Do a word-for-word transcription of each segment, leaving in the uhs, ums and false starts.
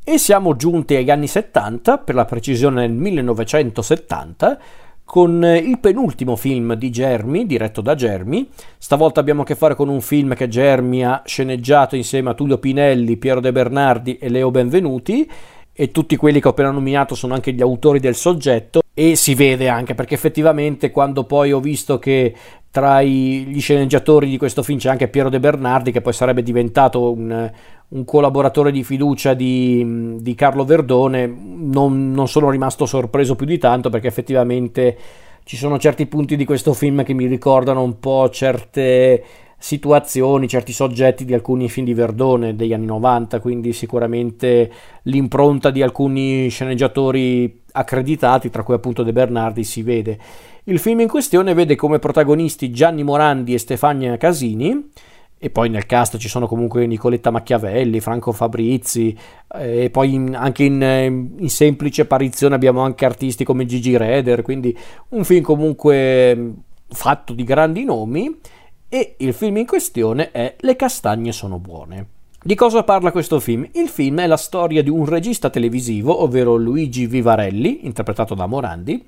E siamo giunti agli anni settanta, per la precisione nel millenovecentosettanta, con il penultimo film di Germi, diretto da Germi. Stavolta abbiamo a che fare con un film che Germi ha sceneggiato insieme a Tullio Pinelli, Piero De Bernardi e Leo Benvenuti, e tutti quelli che ho appena nominato sono anche gli autori del soggetto, e si vede anche perché effettivamente quando poi ho visto che tra i, gli sceneggiatori di questo film c'è anche Piero De Bernardi, che poi sarebbe diventato un, un collaboratore di fiducia di, di Carlo Verdone, non, non sono rimasto sorpreso più di tanto, perché effettivamente ci sono certi punti di questo film che mi ricordano un po' certe situazioni, certi soggetti di alcuni film di Verdone degli anni novanta, quindi sicuramente l'impronta di alcuni sceneggiatori accreditati, tra cui appunto De Bernardi, si vede. Il film in questione vede come protagonisti Gianni Morandi e Stefania Casini, e poi nel cast ci sono comunque Nicoletta Machiavelli, Franco Fabrizi, e poi in, anche in, in semplice apparizione abbiamo anche artisti come Gigi Reder, quindi un film comunque fatto di grandi nomi. E il film in questione è Le castagne sono buone. Di cosa parla questo film? Il film è la storia di un regista televisivo, ovvero Luigi Vivarelli, interpretato da Morandi,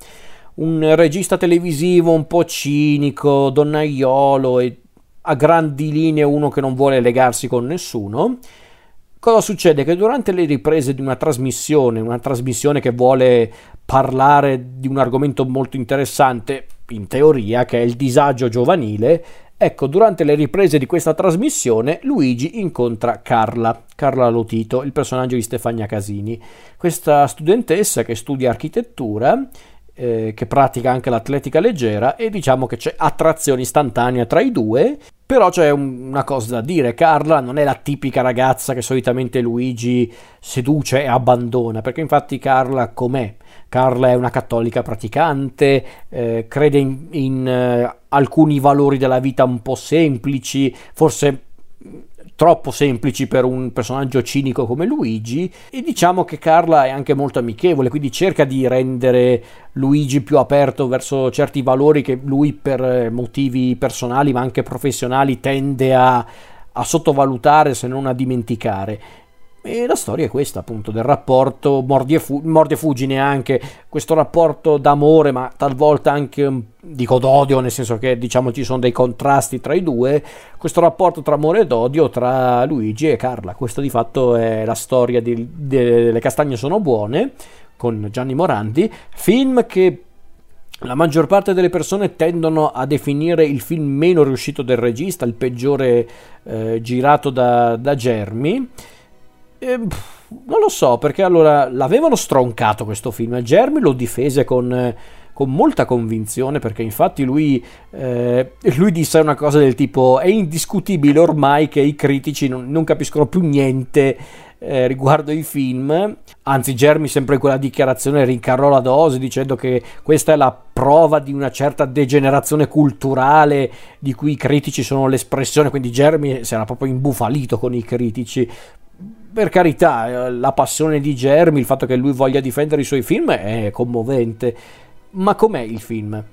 un regista televisivo un po' cinico, donnaiolo e a grandi linee uno che non vuole legarsi con nessuno. Cosa succede? Che durante le riprese di una trasmissione, una trasmissione che vuole parlare di un argomento molto interessante, in teoria, che è il disagio giovanile, ecco, durante le riprese di questa trasmissione Luigi incontra Carla, Carla Lotito, il personaggio di Stefania Casini, questa studentessa che studia architettura, eh, che pratica anche l'atletica leggera, e diciamo che c'è attrazione istantanea tra i due. Però c'è un, una cosa da dire: Carla non è la tipica ragazza che solitamente Luigi seduce e abbandona, perché infatti Carla com'è? Carla è una cattolica praticante, eh, crede in, in eh, alcuni valori della vita un po' semplici, forse troppo semplici per un personaggio cinico come Luigi, e diciamo che Carla è anche molto amichevole, quindi cerca di rendere Luigi più aperto verso certi valori che lui per motivi personali ma anche professionali tende a, a sottovalutare, se non a dimenticare. E la storia è questa, appunto, del rapporto mordi e, fu- mordi e fuggi, neanche questo rapporto d'amore, ma talvolta anche, dico, d'odio, nel senso che diciamo ci sono dei contrasti tra i due, questo rapporto tra amore ed odio tra Luigi e Carla. Questo di fatto è la storia di, di Le castagne sono buone, con Gianni Morandi, film che la maggior parte delle persone tendono a definire il film meno riuscito del regista, il peggiore eh, girato da, da Germi. Eh, non lo so, perché allora l'avevano stroncato questo film, Germi lo difese con, con molta convinzione, perché infatti lui, eh, lui disse una cosa del tipo: è indiscutibile ormai che i critici non, non capiscono più niente eh, riguardo i film. Anzi, Germi sempre in quella dichiarazione rincarò la dose, dicendo che questa è la prova di una certa degenerazione culturale di cui i critici sono l'espressione, quindi Germi si era proprio imbufalito con i critici. Per carità, la passione di Germi, il fatto che lui voglia difendere i suoi film è commovente, ma com'è il film?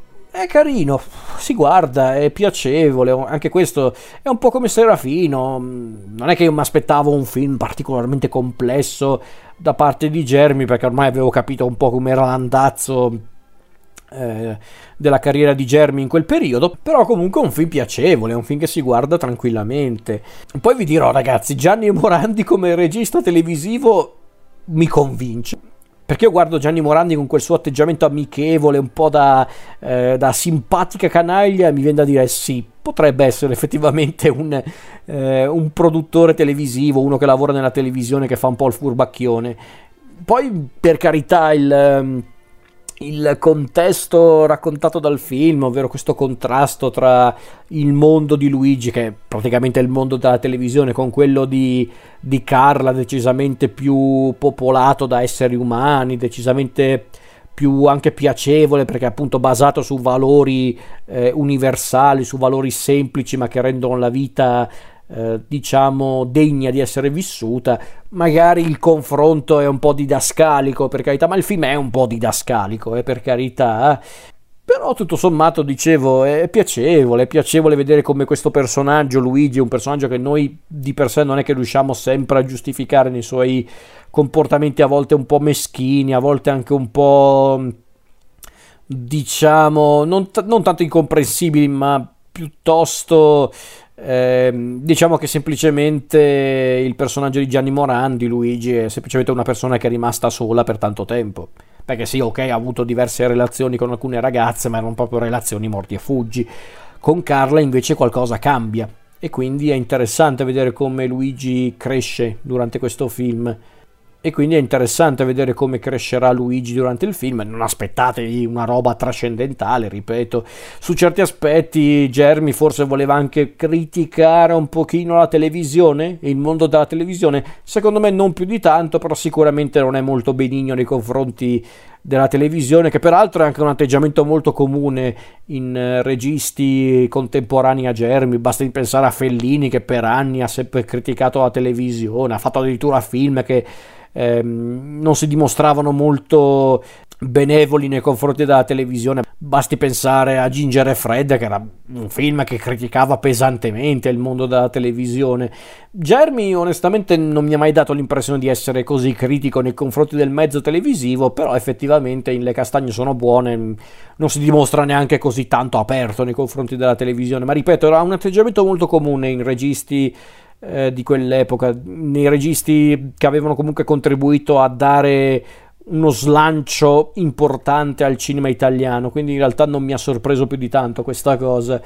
È carino, si guarda, è piacevole, anche questo è un po' come Serafino. Non è che io mi aspettavo un film particolarmente complesso da parte di Germi, perché ormai avevo capito un po' com'era l'andazzo eh, della carriera di Germi in quel periodo, però comunque è un film piacevole, è un film che si guarda tranquillamente. Poi vi dirò, ragazzi, Gianni Morandi come regista televisivo mi convince, perché io guardo Gianni Morandi con quel suo atteggiamento amichevole, un po' da, eh, da simpatica canaglia, e mi viene da dire sì, potrebbe essere effettivamente un, eh, un produttore televisivo, uno che lavora nella televisione, che fa un po' il furbacchione. Poi, per carità, il... il contesto raccontato dal film, ovvero questo contrasto tra il mondo di Luigi, che è praticamente il mondo della televisione, con quello di, di Carla, decisamente più popolato da esseri umani, decisamente più anche piacevole, perché è appunto basato su valori eh, universali, su valori semplici, ma che rendono la vita Eh, diciamo degna di essere vissuta. Magari il confronto è un po' didascalico, per carità, ma il film è un po' didascalico, eh, per carità, eh. Però tutto sommato, dicevo, è piacevole, è piacevole vedere come questo personaggio, Luigi, è un personaggio che noi di per sé non è che riusciamo sempre a giustificare nei suoi comportamenti a volte un po' meschini, a volte anche un po', diciamo, non, t- non tanto incomprensibili, ma piuttosto eh, diciamo che semplicemente il personaggio di Gianni Morandi, Luigi, è semplicemente una persona che è rimasta sola per tanto tempo. Perché sì, ok, ha avuto diverse relazioni con alcune ragazze, ma erano proprio relazioni morti e fuggi. Con Carla invece qualcosa cambia, e quindi è interessante vedere come Luigi cresce durante questo film. E quindi è interessante vedere come crescerà Luigi durante il film. Non aspettatevi una roba trascendentale, ripeto. Su certi aspetti Germi forse voleva anche criticare un pochino la televisione, il mondo della televisione. Secondo me non più di tanto, però sicuramente non è molto benigno nei confronti della televisione, che peraltro è anche un atteggiamento molto comune in eh, registi contemporanei a Germi. Basti pensare a Fellini, che per anni ha sempre criticato la televisione, ha fatto addirittura film che ehm, non si dimostravano molto benevoli nei confronti della televisione. Basti pensare a Ginger e Fred, che era un film che criticava pesantemente il mondo della televisione. Germi onestamente non mi ha mai dato l'impressione di essere così critico nei confronti del mezzo televisivo, però effettivamente in Le castagne sono buone non si dimostra neanche così tanto aperto nei confronti della televisione, ma ripeto, era un atteggiamento molto comune in registi eh, di quell'epoca, nei registi che avevano comunque contribuito a dare uno slancio importante al cinema italiano, quindi in realtà non mi ha sorpreso più di tanto questa cosa.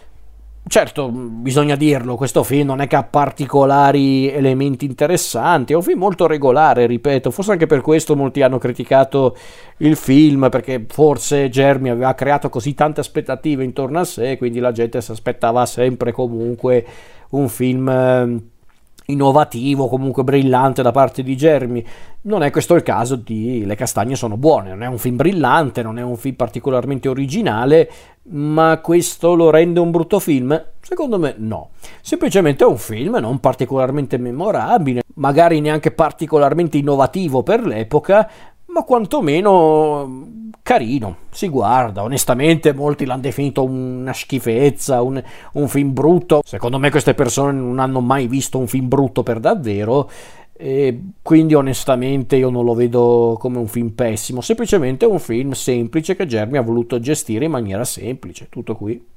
Certo, bisogna dirlo, questo film non è che ha particolari elementi interessanti, è un film molto regolare, ripeto, forse anche per questo molti hanno criticato il film, perché forse Germi aveva creato così tante aspettative intorno a sé, quindi la gente si aspettava sempre comunque un film innovativo, comunque brillante da parte di Germi. Non è questo il caso di Le castagne sono buone, non è un film brillante, non è un film particolarmente originale, ma questo lo rende un brutto film? Secondo me no, semplicemente è un film non particolarmente memorabile, magari neanche particolarmente innovativo per l'epoca, ma quantomeno carino, si guarda. Onestamente molti l'hanno definito una schifezza, un, un film brutto. Secondo me queste persone non hanno mai visto un film brutto per davvero, e quindi onestamente io non lo vedo come un film pessimo, semplicemente un film semplice che Germi ha voluto gestire in maniera semplice, tutto qui.